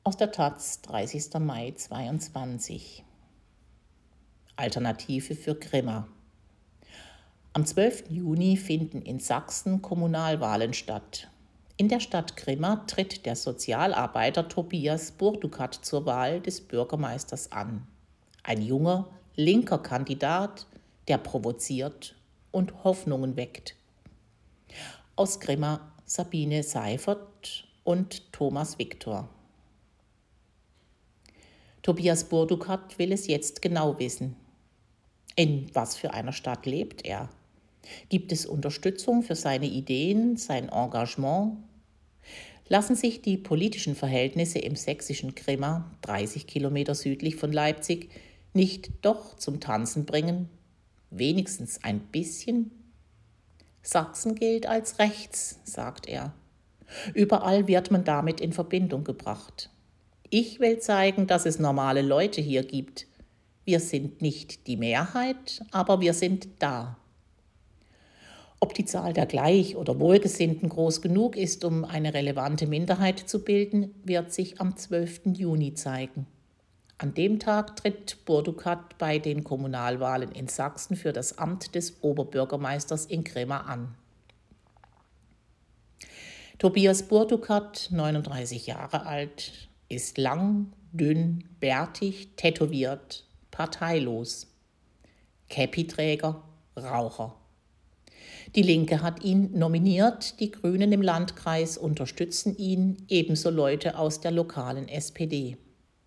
Aus der taz, 30. Mai 22. Alternative für Grimma. Am 12. Juni finden in Sachsen Kommunalwahlen statt. In der Stadt Grimma tritt der Sozialarbeiter Tobias Burdukat zur Wahl des Bürgermeisters an. Ein junger, linker Kandidat, der provoziert und Hoffnungen weckt. Aus Grimma Sabine Seifert und Thomas Viktor. Tobias Burdukat will es jetzt genau wissen. In was für einer Stadt lebt er? Gibt es Unterstützung für seine Ideen, sein Engagement? Lassen sich die politischen Verhältnisse im sächsischen Grimma, 30 Kilometer südlich von Leipzig, nicht doch zum Tanzen bringen? Wenigstens ein bisschen? Sachsen gilt als rechts, sagt er. Überall wird man damit in Verbindung gebracht. Ich will zeigen, dass es normale Leute hier gibt. Wir sind nicht die Mehrheit, aber wir sind da. Ob die Zahl der Gleich- oder Wohlgesinnten groß genug ist, um eine relevante Minderheit zu bilden, wird sich am 12. Juni zeigen. An dem Tag tritt Burdukat bei den Kommunalwahlen in Sachsen für das Amt des Oberbürgermeisters in Grimma an. Tobias Burdukat, 39 Jahre alt, ist lang, dünn, bärtig, tätowiert, parteilos. Käppiträger, Raucher. Die Linke hat ihn nominiert, die Grünen im Landkreis unterstützen ihn, ebenso Leute aus der lokalen SPD.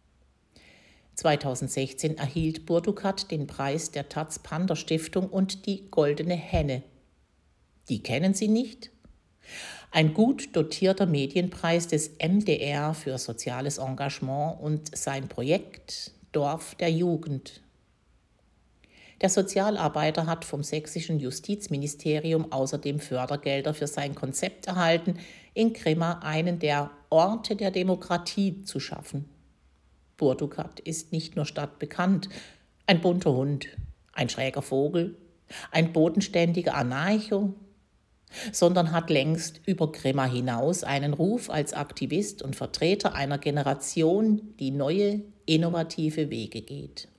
2016 erhielt Burdukat den Preis der taz-Panda-Stiftung und die Goldene Henne. Die kennen Sie nicht? Ein gut dotierter Medienpreis des MDR für soziales Engagement und sein Projekt Dorf der Jugend. Der Sozialarbeiter hat vom sächsischen Justizministerium außerdem Fördergelder für sein Konzept erhalten, in Grimma einen der Orte der Demokratie zu schaffen. Burdukat ist nicht nur stadtbekannt, ein bunter Hund, ein schräger Vogel, ein bodenständiger Anarcho, sondern hat längst über Grimma hinaus einen Ruf als Aktivist und Vertreter einer Generation, die neue, innovative Wege geht.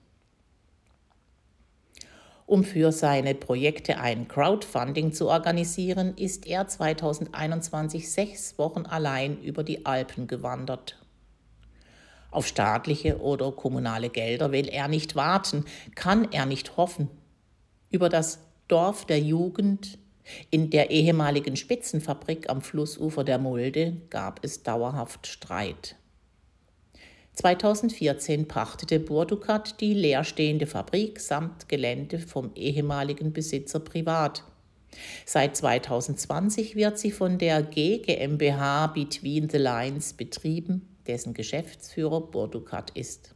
Um für seine Projekte ein Crowdfunding zu organisieren, ist er 2021 6 Wochen allein über die Alpen gewandert. Auf staatliche oder kommunale Gelder will er nicht warten, kann er nicht hoffen. Über das Dorf der Jugend in der ehemaligen Spitzenfabrik am Flussufer der Mulde gab es dauerhaft Streit. 2014 pachtete Burdukat die leerstehende Fabrik samt Gelände vom ehemaligen Besitzer privat. Seit 2020 wird sie von der G GmbH Between the Lines betrieben, dessen Geschäftsführer Burdukat ist.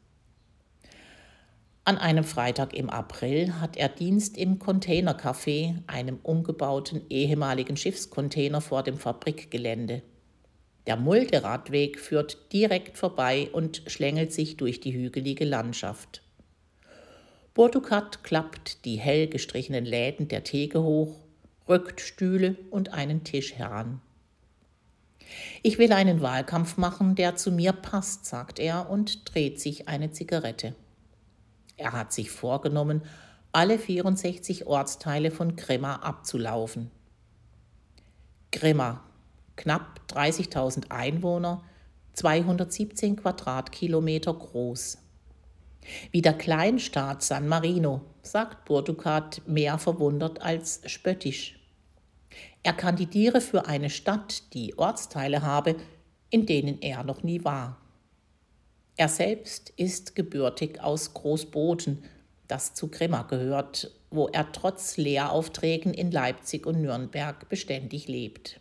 An einem Freitag im April hat er Dienst im Containercafé, einem umgebauten ehemaligen Schiffscontainer vor dem Fabrikgelände. Der Mulderadweg führt direkt vorbei und schlängelt sich durch die hügelige Landschaft. Burdukat klappt die hell gestrichenen Läden der Theke hoch, rückt Stühle und einen Tisch heran. Ich will einen Wahlkampf machen, der zu mir passt, sagt er und dreht sich eine Zigarette. Er hat sich vorgenommen, alle 64 Ortsteile von Grimma abzulaufen. Grimma, knapp 30.000 Einwohner, 217 Quadratkilometer groß. Wie der Kleinstaat San Marino, sagt Burdukat mehr verwundert als spöttisch. Er kandidiere für eine Stadt, die Ortsteile habe, in denen er noch nie war. Er selbst ist gebürtig aus Großboden, das zu Grimma gehört, wo er trotz Lehraufträgen in Leipzig und Nürnberg beständig lebt.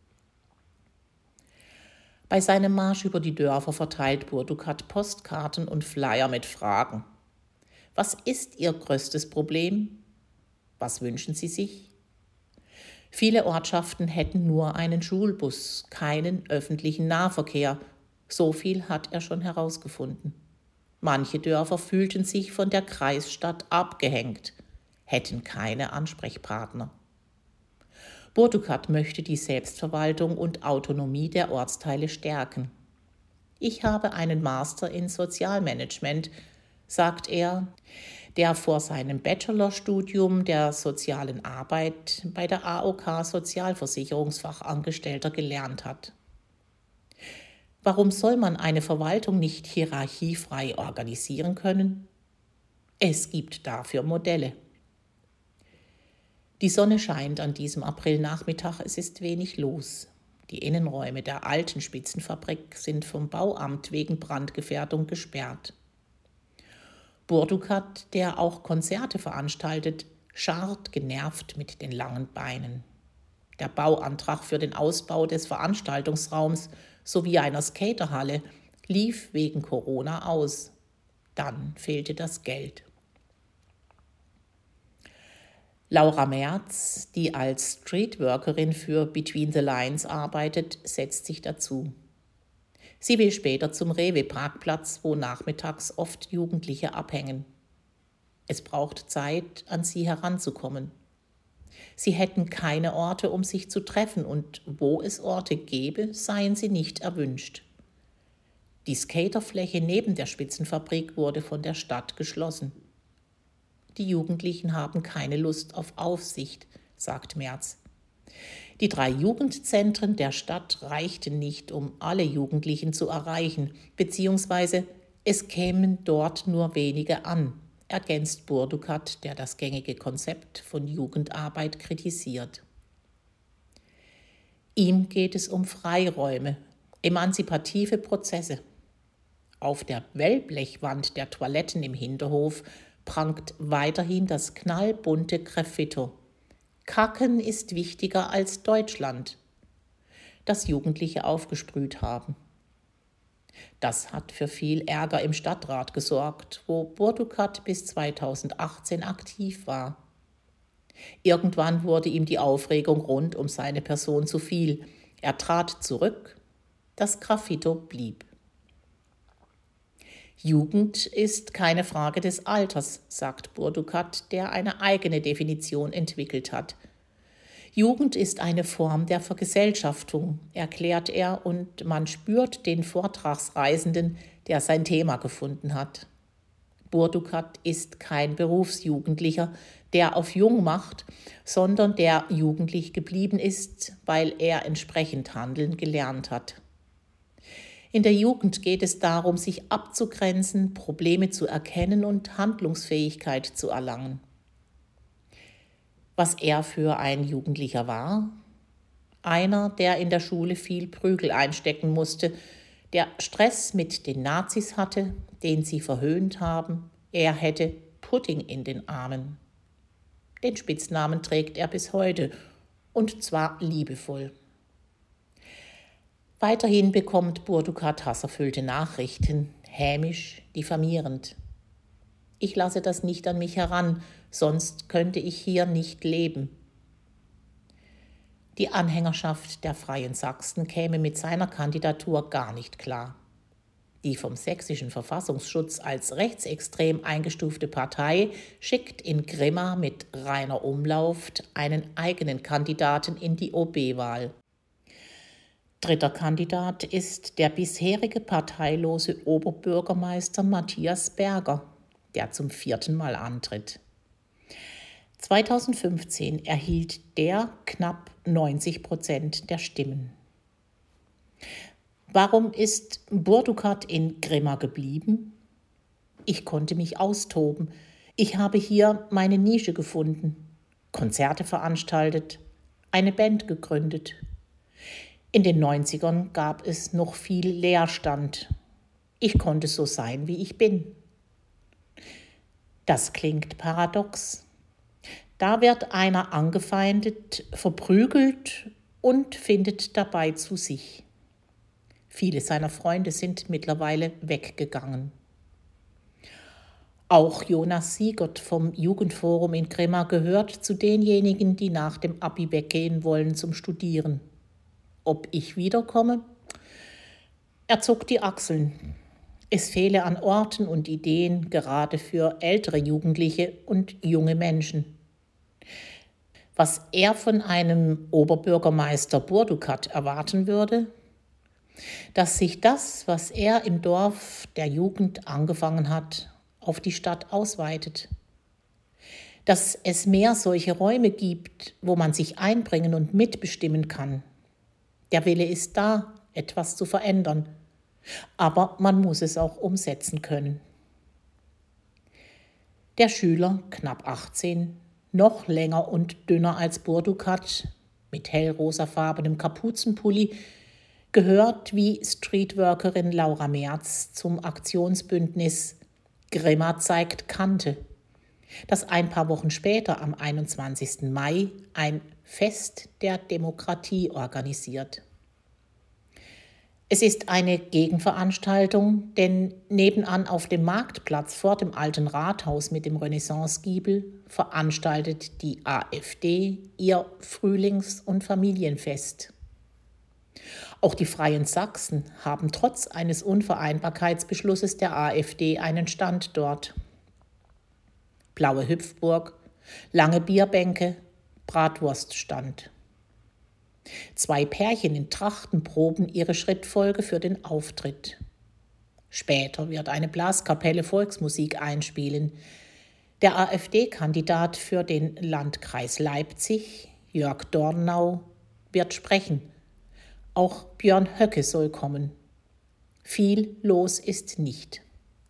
Bei seinem Marsch über die Dörfer verteilt Burdukat Postkarten und Flyer mit Fragen. Was ist Ihr größtes Problem? Was wünschen Sie sich? Viele Ortschaften hätten nur einen Schulbus, keinen öffentlichen Nahverkehr. So viel hat er schon herausgefunden. Manche Dörfer fühlten sich von der Kreisstadt abgehängt, hätten keine Ansprechpartner. Burdukat möchte die Selbstverwaltung und Autonomie der Ortsteile stärken. Ich habe einen Master in Sozialmanagement, sagt er, der vor seinem Bachelorstudium der sozialen Arbeit bei der AOK Sozialversicherungsfachangestellter gelernt hat. Warum soll man eine Verwaltung nicht hierarchiefrei organisieren können? Es gibt dafür Modelle. Die Sonne scheint an diesem Aprilnachmittag, es ist wenig los. Die Innenräume der alten Spitzenfabrik sind vom Bauamt wegen Brandgefährdung gesperrt. Burdukat, der auch Konzerte veranstaltet, scharrt genervt mit den langen Beinen. Der Bauantrag für den Ausbau des Veranstaltungsraums sowie einer Skaterhalle lief wegen Corona aus. Dann fehlte das Geld. Laura Merz, die als Streetworkerin für Between the Lines arbeitet, setzt sich dazu. Sie will später zum Rewe-Parkplatz, wo nachmittags oft Jugendliche abhängen. Es braucht Zeit, an sie heranzukommen. Sie hätten keine Orte, um sich zu treffen, und wo es Orte gäbe, seien sie nicht erwünscht. Die Skaterfläche neben der Spitzenfabrik wurde von der Stadt geschlossen. Die Jugendlichen haben keine Lust auf Aufsicht, sagt Merz. Die 3 Jugendzentren der Stadt reichten nicht, um alle Jugendlichen zu erreichen, beziehungsweise es kämen dort nur wenige an, ergänzt Burdukat, der das gängige Konzept von Jugendarbeit kritisiert. Ihm geht es um Freiräume, emanzipative Prozesse. Auf der Wellblechwand der Toiletten im Hinterhof prangt weiterhin das knallbunte Graffito. Kacken ist wichtiger als Deutschland, das Jugendliche aufgesprüht haben. Das hat für viel Ärger im Stadtrat gesorgt, wo Burdukat bis 2018 aktiv war. Irgendwann wurde ihm die Aufregung rund um seine Person zu viel. Er trat zurück, das Graffito blieb. Jugend ist keine Frage des Alters, sagt Burdukat, der eine eigene Definition entwickelt hat. Jugend ist eine Form der Vergesellschaftung, erklärt er, und man spürt den Vortragsreisenden, der sein Thema gefunden hat. Burdukat ist kein Berufsjugendlicher, der auf jung macht, sondern der jugendlich geblieben ist, weil er entsprechend handeln gelernt hat. In der Jugend geht es darum, sich abzugrenzen, Probleme zu erkennen und Handlungsfähigkeit zu erlangen. Was er für ein Jugendlicher war? Einer, der in der Schule viel Prügel einstecken musste, der Stress mit den Nazis hatte, den sie verhöhnt haben. Er hätte Pudding in den Armen. Den Spitznamen trägt er bis heute, und zwar liebevoll. Weiterhin bekommt Burdukat hasserfüllte Nachrichten, hämisch, diffamierend. Ich lasse das nicht an mich heran, sonst könnte ich hier nicht leben. Die Anhängerschaft der Freien Sachsen käme mit seiner Kandidatur gar nicht klar. Die vom sächsischen Verfassungsschutz als rechtsextrem eingestufte Partei schickt in Grimma mit Rainer Umlauft einen eigenen Kandidaten in die OB-Wahl. Dritter Kandidat ist der bisherige parteilose Oberbürgermeister Matthias Berger, der zum 4. Mal antritt. 2015 erhielt der knapp 90% der Stimmen. Warum ist Burdukat in Grimma geblieben? Ich konnte mich austoben. Ich habe hier meine Nische gefunden, Konzerte veranstaltet, eine Band gegründet. In den 90ern gab es noch viel Leerstand. Ich konnte so sein, wie ich bin. Das klingt paradox. Da wird einer angefeindet, verprügelt und findet dabei zu sich. Viele seiner Freunde sind mittlerweile weggegangen. Auch Jonas Siegert vom Jugendforum in Grimma gehört zu denjenigen, die nach dem Abi weggehen wollen zum Studieren. Ob ich wiederkomme? Er zuckt die Achseln. Es fehle an Orten und Ideen, gerade für ältere Jugendliche und junge Menschen. Was er von einem Oberbürgermeister Burdukat erwarten würde? dass sich das, was er im Dorf der Jugend angefangen hat, auf die Stadt ausweitet. Dass es mehr solche Räume gibt, wo man sich einbringen und mitbestimmen kann. Der Wille ist da, etwas zu verändern, aber man muss es auch umsetzen können. Der Schüler, knapp 18, noch länger und dünner als Burdukat, mit hellrosafarbenem Kapuzenpulli, gehört wie Streetworkerin Laura Merz zum Aktionsbündnis Grimma zeigt Kante, das ein paar Wochen später am 21. Mai ein Fest der Demokratie organisiert. Es ist eine Gegenveranstaltung, denn nebenan auf dem Marktplatz vor dem alten Rathaus mit dem Renaissancegiebel veranstaltet die AfD ihr Frühlings- und Familienfest. Auch die Freien Sachsen haben trotz eines Unvereinbarkeitsbeschlusses der AfD einen Stand dort. Blaue Hüpfburg, lange Bierbänke, Bratwurststand. 2 Pärchen in Trachten proben ihre Schrittfolge für den Auftritt. Später wird eine Blaskapelle Volksmusik einspielen. Der AfD-Kandidat für den Landkreis Leipzig, Jörg Dornau, wird sprechen. Auch Björn Höcke soll kommen. Viel los ist nicht.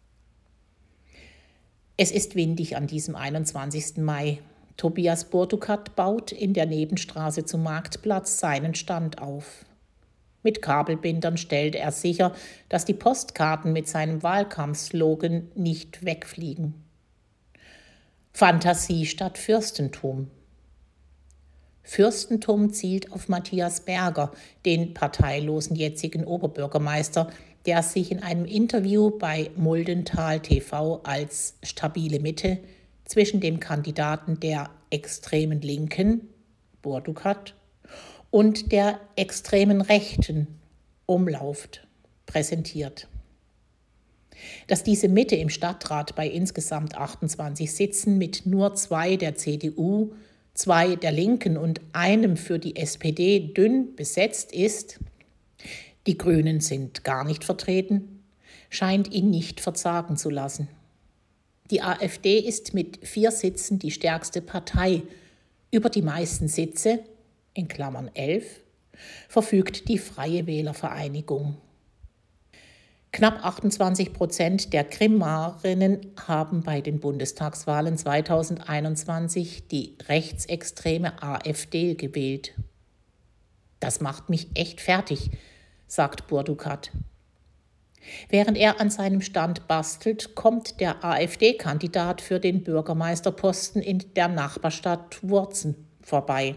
Es ist windig an diesem 21. Mai. Tobias Burdukat baut in der Nebenstraße zum Marktplatz seinen Stand auf. Mit Kabelbindern stellt er sicher, dass die Postkarten mit seinem Wahlkampfslogan nicht wegfliegen. Fantasie statt Fürstentum. Fürstentum zielt auf Matthias Berger, den parteilosen jetzigen Oberbürgermeister, der sich in einem Interview bei Muldental TV als stabile Mitte zwischen dem Kandidaten der extremen Linken, Burdukat, und der extremen Rechten, Umlauft, präsentiert. Dass diese Mitte im Stadtrat bei insgesamt 28 Sitzen mit nur 2 der CDU, 2 der Linken und einem für die SPD dünn besetzt ist, die Grünen sind gar nicht vertreten, scheint ihn nicht verzagen zu lassen. Die AfD ist mit 4 Sitzen die stärkste Partei. Über die meisten Sitze, in Klammern 11, verfügt die Freie Wählervereinigung. Knapp 28% der Grimmarinnen haben bei den Bundestagswahlen 2021 die rechtsextreme AfD gewählt. Das macht mich echt fertig, sagt Burdukat. Während er an seinem Stand bastelt, kommt der AfD-Kandidat für den Bürgermeisterposten in der Nachbarstadt Wurzen vorbei.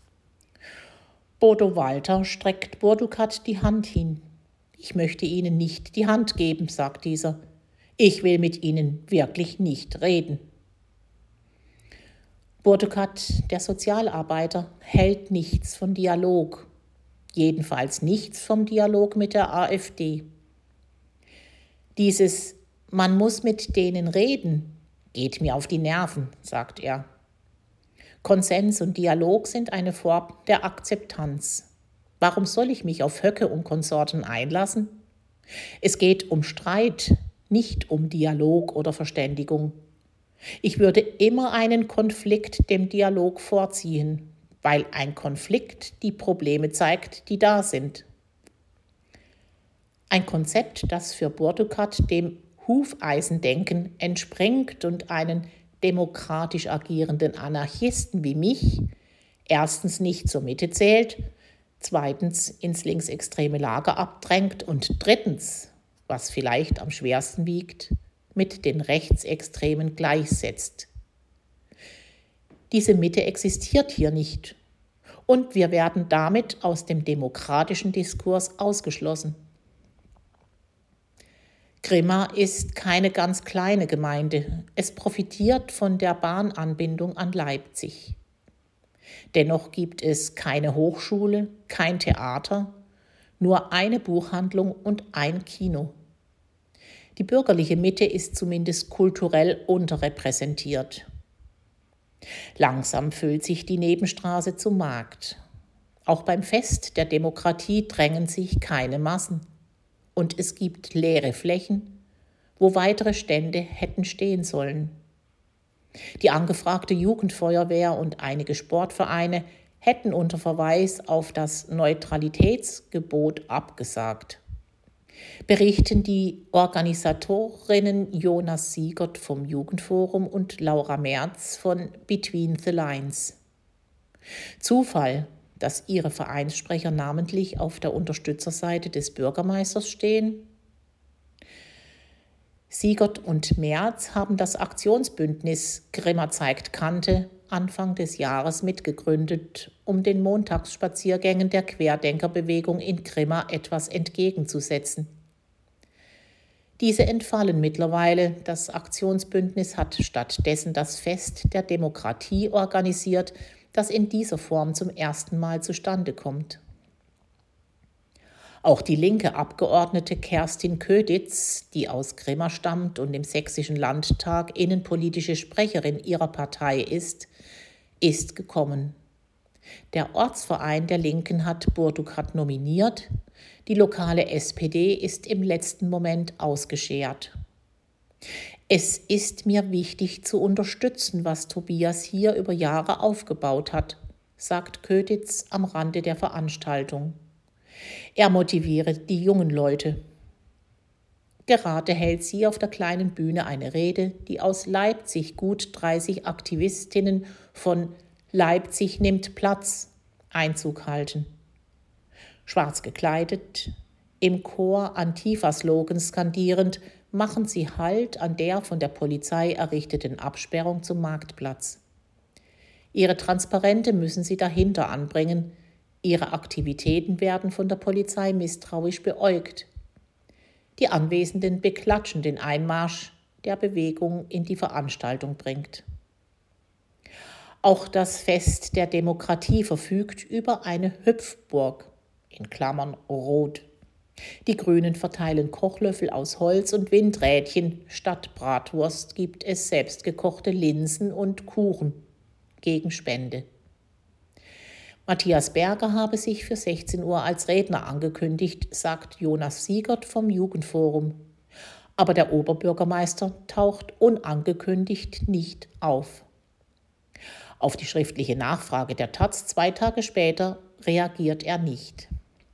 Bodo Walter streckt Burdukat die Hand hin. Ich möchte Ihnen nicht die Hand geben, sagt dieser. Ich will mit Ihnen wirklich nicht reden. Burdukat, der Sozialarbeiter, hält nichts von Dialog. Jedenfalls nichts vom Dialog mit der AfD. Dieses „Man muss mit denen reden“ geht mir auf die Nerven, sagt er. Konsens und Dialog sind eine Form der Akzeptanz. Warum soll ich mich auf Höcke und Konsorten einlassen? Es geht um Streit, nicht um Dialog oder Verständigung. Ich würde immer einen Konflikt dem Dialog vorziehen, weil ein Konflikt die Probleme zeigt, die da sind. Ein Konzept, das für Burdukat dem Hufeisendenken entspringt und einen demokratisch agierenden Anarchisten wie mich erstens nicht zur Mitte zählt, zweitens ins linksextreme Lager abdrängt und drittens, was vielleicht am schwersten wiegt, mit den Rechtsextremen gleichsetzt. Diese Mitte existiert hier nicht und wir werden damit aus dem demokratischen Diskurs ausgeschlossen. Grimma ist keine ganz kleine Gemeinde. Es profitiert von der Bahnanbindung an Leipzig. Dennoch gibt es keine Hochschule, kein Theater, nur eine Buchhandlung und ein Kino. Die bürgerliche Mitte ist zumindest kulturell unterrepräsentiert. Langsam füllt sich die Nebenstraße zum Markt. Auch beim Fest der Demokratie drängen sich keine Massen. Und es gibt leere Flächen, wo weitere Stände hätten stehen sollen. Die angefragte Jugendfeuerwehr und einige Sportvereine hätten unter Verweis auf das Neutralitätsgebot abgesagt. Berichten die Organisatorinnen Jonas Siegert vom Jugendforum und Laura Merz von Between the Lines. Zufall, dass ihre Vereinssprecher namentlich auf der Unterstützerseite des Bürgermeisters stehen? Siegert und Merz haben das Aktionsbündnis Grimma zeigt Kante Anfang des Jahres mitgegründet, um den Montagsspaziergängen der Querdenkerbewegung in Grimma etwas entgegenzusetzen. Diese entfallen mittlerweile. Das Aktionsbündnis hat stattdessen das Fest der Demokratie organisiert, das in dieser Form zum ersten Mal zustande kommt. Auch die linke Abgeordnete Kerstin Köditz, die aus Grimma stammt und im Sächsischen Landtag innenpolitische Sprecherin ihrer Partei ist gekommen. Der Ortsverein der Linken hat Burdukat nominiert. Die lokale SPD ist im letzten Moment ausgeschert. Es ist mir wichtig zu unterstützen, was Tobias hier über Jahre aufgebaut hat, sagt Köditz am Rande der Veranstaltung. Er motiviere die jungen Leute. Gerade hält sie auf der kleinen Bühne eine Rede, die aus Leipzig gut 30 Aktivistinnen von Leipzig nimmt Platz Einzug halten. Schwarz gekleidet, im Chor Antifa-Slogans skandierend, machen sie Halt an der von der Polizei errichteten Absperrung zum Marktplatz. Ihre Transparente müssen sie dahinter anbringen. Ihre Aktivitäten werden von der Polizei misstrauisch beäugt. Die Anwesenden beklatschen den Einmarsch, der Bewegung in die Veranstaltung bringt. Auch das Fest der Demokratie verfügt über eine Hüpfburg, in Klammern rot. Die Grünen verteilen Kochlöffel aus Holz und Windrädchen. Statt Bratwurst gibt es selbstgekochte Linsen und Kuchen gegen Spende. Matthias Berger habe sich für 16 Uhr als Redner angekündigt, sagt Jonas Siegert vom Jugendforum. Aber der Oberbürgermeister taucht unangekündigt nicht auf. Auf die schriftliche Nachfrage der taz 2 Tage später reagiert er nicht.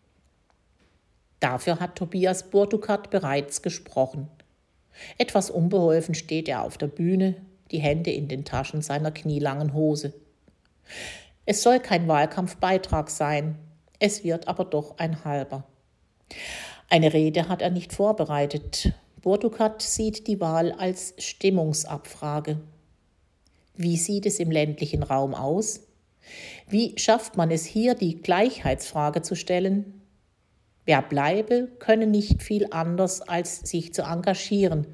Dafür hat Tobias Burdukat bereits gesprochen. Etwas unbeholfen steht er auf der Bühne, die Hände in den Taschen seiner knielangen Hose. Es soll kein Wahlkampfbeitrag sein, es wird aber doch ein halber. Eine Rede hat er nicht vorbereitet. Burdukat sieht die Wahl als Stimmungsabfrage. Wie sieht es im ländlichen Raum aus? Wie schafft man es hier, die Gleichheitsfrage zu stellen? Wer bleibe, könne nicht viel anders, als sich zu engagieren.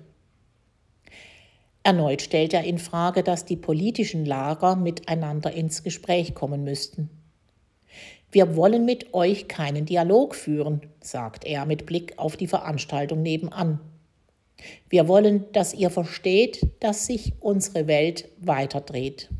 Erneut stellt er in Frage, dass die politischen Lager miteinander ins Gespräch kommen müssten. Wir wollen mit euch keinen Dialog führen, sagt er mit Blick auf die Veranstaltung nebenan. Wir wollen, dass ihr versteht, dass sich unsere Welt weiterdreht.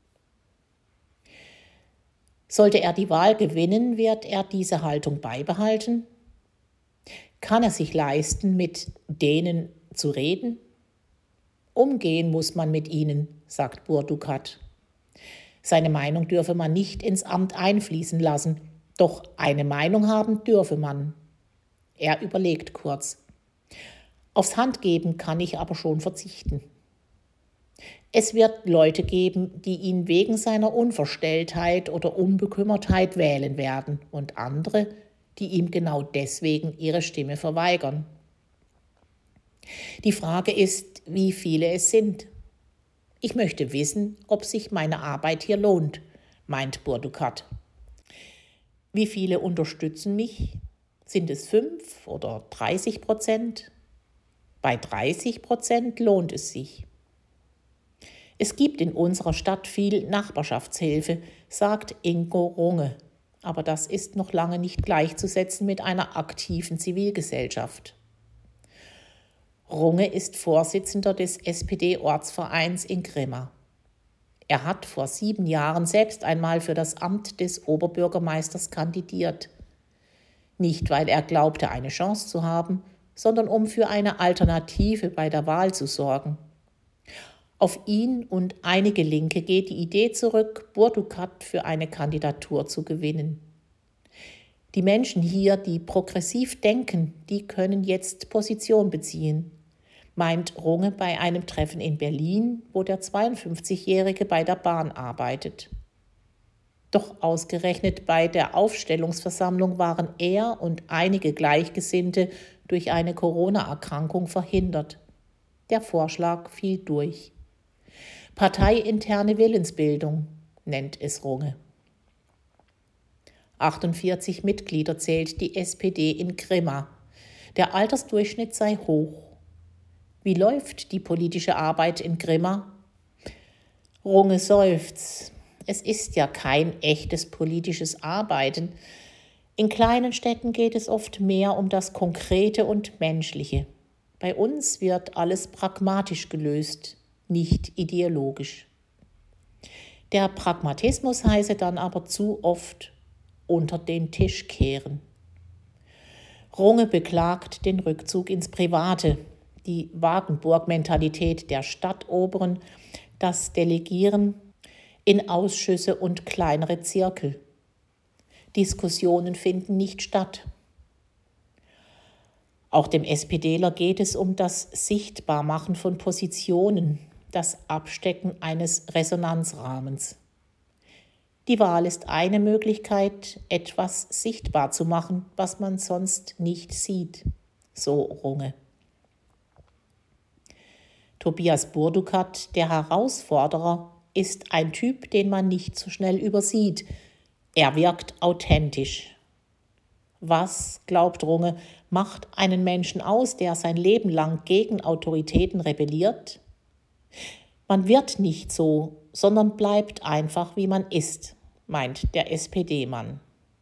Sollte er die Wahl gewinnen, wird er diese Haltung beibehalten? Kann er sich leisten, mit denen zu reden? Umgehen muss man mit ihnen, sagt Burdukat. Seine Meinung dürfe man nicht ins Amt einfließen lassen, doch eine Meinung haben dürfe man. Er überlegt kurz. Aufs Handgeben kann ich aber schon verzichten. Es wird Leute geben, die ihn wegen seiner Unverstelltheit oder Unbekümmertheit wählen werden und andere, die ihm genau deswegen ihre Stimme verweigern. Die Frage ist, wie viele es sind. Ich möchte wissen, ob sich meine Arbeit hier lohnt, meint Burdukat. Wie viele unterstützen mich? Sind es 5 oder 30%? Bei 30% lohnt es sich. Es gibt in unserer Stadt viel Nachbarschaftshilfe, sagt Ingo Runge. Aber das ist noch lange nicht gleichzusetzen mit einer aktiven Zivilgesellschaft. Runge ist Vorsitzender des SPD-Ortsvereins in Grimma. Er hat vor 7 Jahren selbst einmal für das Amt des Oberbürgermeisters kandidiert. Nicht, weil er glaubte, eine Chance zu haben, sondern um für eine Alternative bei der Wahl zu sorgen. Auf ihn und einige Linke geht die Idee zurück, Burdukat für eine Kandidatur zu gewinnen. Die Menschen hier, die progressiv denken, die können jetzt Position beziehen, meint Runge bei einem Treffen in Berlin, wo der 52-Jährige bei der Bahn arbeitet. Doch ausgerechnet bei der Aufstellungsversammlung waren er und einige Gleichgesinnte durch eine Corona-Erkrankung verhindert. Der Vorschlag fiel durch. Parteiinterne Willensbildung nennt es Runge. 48 Mitglieder zählt die SPD in Grimma. Der Altersdurchschnitt sei hoch. Wie läuft die politische Arbeit in Grimma? Runge seufzt. Es ist ja kein echtes politisches Arbeiten. In kleinen Städten geht es oft mehr um das Konkrete und Menschliche. Bei uns wird alles pragmatisch gelöst, nicht ideologisch. Der Pragmatismus heiße dann aber zu oft unter den Tisch kehren. Runge beklagt den Rückzug ins Private, die Wagenburg-Mentalität der Stadtoberen, das Delegieren in Ausschüsse und kleinere Zirkel. Diskussionen finden nicht statt. Auch dem SPDler geht es um das Sichtbarmachen von Positionen, das Abstecken eines Resonanzrahmens. Die Wahl ist eine Möglichkeit, etwas sichtbar zu machen, was man sonst nicht sieht, so Runge. Tobias Burdukat, der Herausforderer, ist ein Typ, den man nicht so schnell übersieht. Er wirkt authentisch. Was, glaubt Runge, macht einen Menschen aus, der sein Leben lang gegen Autoritäten rebelliert? Man wird nicht so, sondern bleibt einfach, wie man ist, meint der SPD-Mann.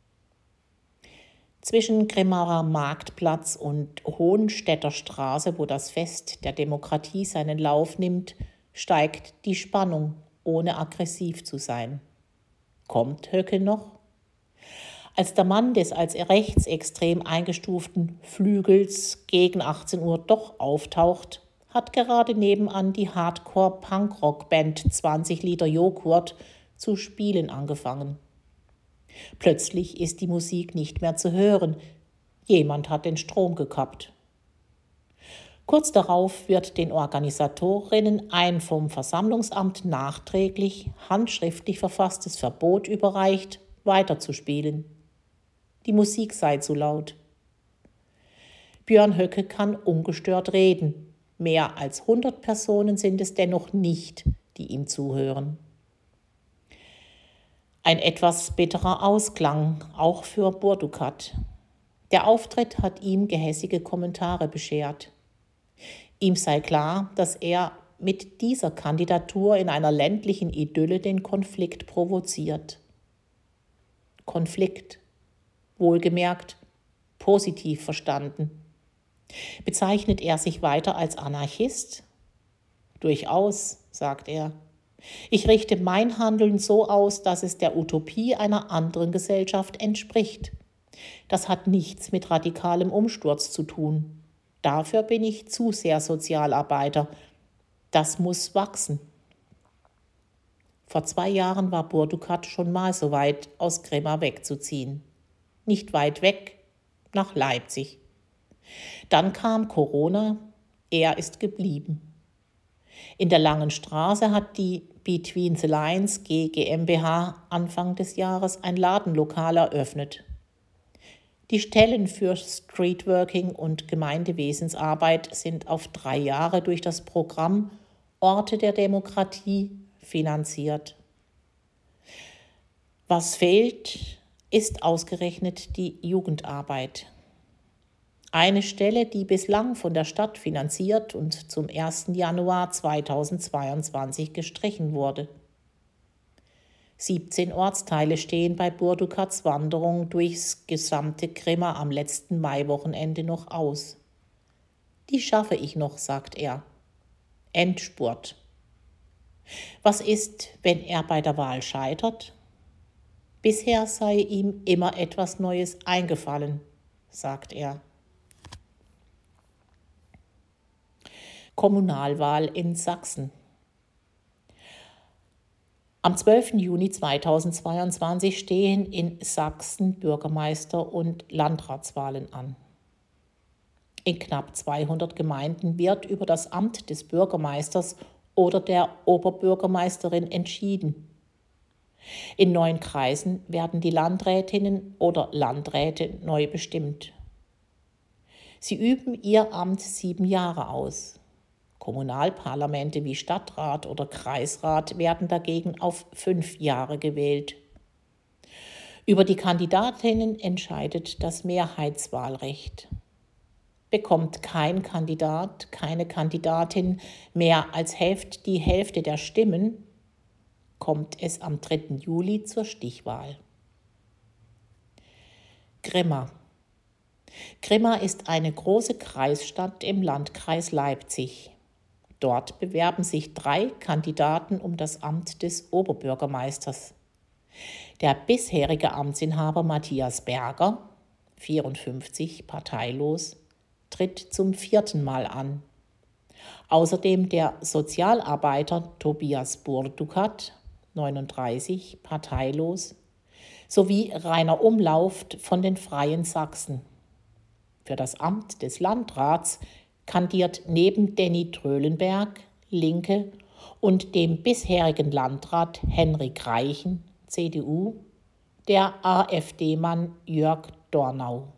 Zwischen Grimmaer Marktplatz und Hohenstädter Straße, wo das Fest der Demokratie seinen Lauf nimmt, steigt die Spannung, ohne aggressiv zu sein. Kommt Höcke noch? Als der Mann des als rechtsextrem eingestuften Flügels gegen 18 Uhr doch auftaucht, hat gerade nebenan die Hardcore-Punkrock-Band 20 Liter Joghurt zu spielen angefangen. Plötzlich ist die Musik nicht mehr zu hören. Jemand hat den Strom gekappt. Kurz darauf wird den Organisatorinnen ein vom Versammlungsamt nachträglich handschriftlich verfasstes Verbot überreicht, weiterzuspielen. Die Musik sei zu laut. Björn Höcke kann ungestört reden. Mehr als 100 Personen sind es dennoch nicht, die ihm zuhören. Ein etwas bitterer Ausklang, auch für Burdukat. Der Auftritt hat ihm gehässige Kommentare beschert. Ihm sei klar, dass er mit dieser Kandidatur in einer ländlichen Idylle den Konflikt provoziert. Konflikt, wohlgemerkt, positiv verstanden. Bezeichnet er sich weiter als Anarchist? Durchaus, sagt er. Ich richte mein Handeln so aus, dass es der Utopie einer anderen Gesellschaft entspricht. Das hat nichts mit radikalem Umsturz zu tun. Dafür bin ich zu sehr Sozialarbeiter. Das muss wachsen. Vor 2 Jahren war Burdukat schon mal so weit, aus Grimma wegzuziehen. Nicht weit weg, nach Leipzig. Dann kam Corona, er ist geblieben. In der Langen Straße hat die Between the Lines GmbH Anfang des Jahres ein Ladenlokal eröffnet. Die Stellen für Streetworking und Gemeindewesensarbeit sind auf 3 Jahre durch das Programm Orte der Demokratie finanziert. Was fehlt, ist ausgerechnet die Jugendarbeit. Eine Stelle, die bislang von der Stadt finanziert und zum 1. Januar 2022 gestrichen wurde. 17 Ortsteile stehen bei Burdukats Wanderung durchs gesamte Grimma am letzten Maiwochenende noch aus. Die schaffe ich noch, sagt er. Endspurt. Was ist, wenn er bei der Wahl scheitert? Bisher sei ihm immer etwas Neues eingefallen, sagt er. Kommunalwahl in Sachsen. Am 12. Juni 2022 stehen in Sachsen Bürgermeister- und Landratswahlen an. In knapp 200 Gemeinden wird über das Amt des Bürgermeisters oder der Oberbürgermeisterin entschieden. In 9 Kreisen werden die Landrätinnen oder Landräte neu bestimmt. Sie üben ihr Amt 7 Jahre aus. Kommunalparlamente wie Stadtrat oder Kreisrat werden dagegen auf 5 Jahre gewählt. Über die Kandidatinnen entscheidet das Mehrheitswahlrecht. Bekommt kein Kandidat, keine Kandidatin mehr als die Hälfte der Stimmen, kommt es am 3. Juli zur Stichwahl. Grimma. Grimma ist eine große Kreisstadt im Landkreis Leipzig. Dort bewerben sich 3 Kandidaten um das Amt des Oberbürgermeisters. Der bisherige Amtsinhaber Matthias Berger, 54, parteilos, tritt zum 4. Mal an. Außerdem der Sozialarbeiter Tobias Burdukat, 39, parteilos, sowie Rainer Umlauft von den Freien Sachsen. Für das Amt des Landrats kandidiert neben Denny Trölenberg, Linke, und dem bisherigen Landrat Henrik Reichen, CDU, der AfD-Mann Jörg Dornau.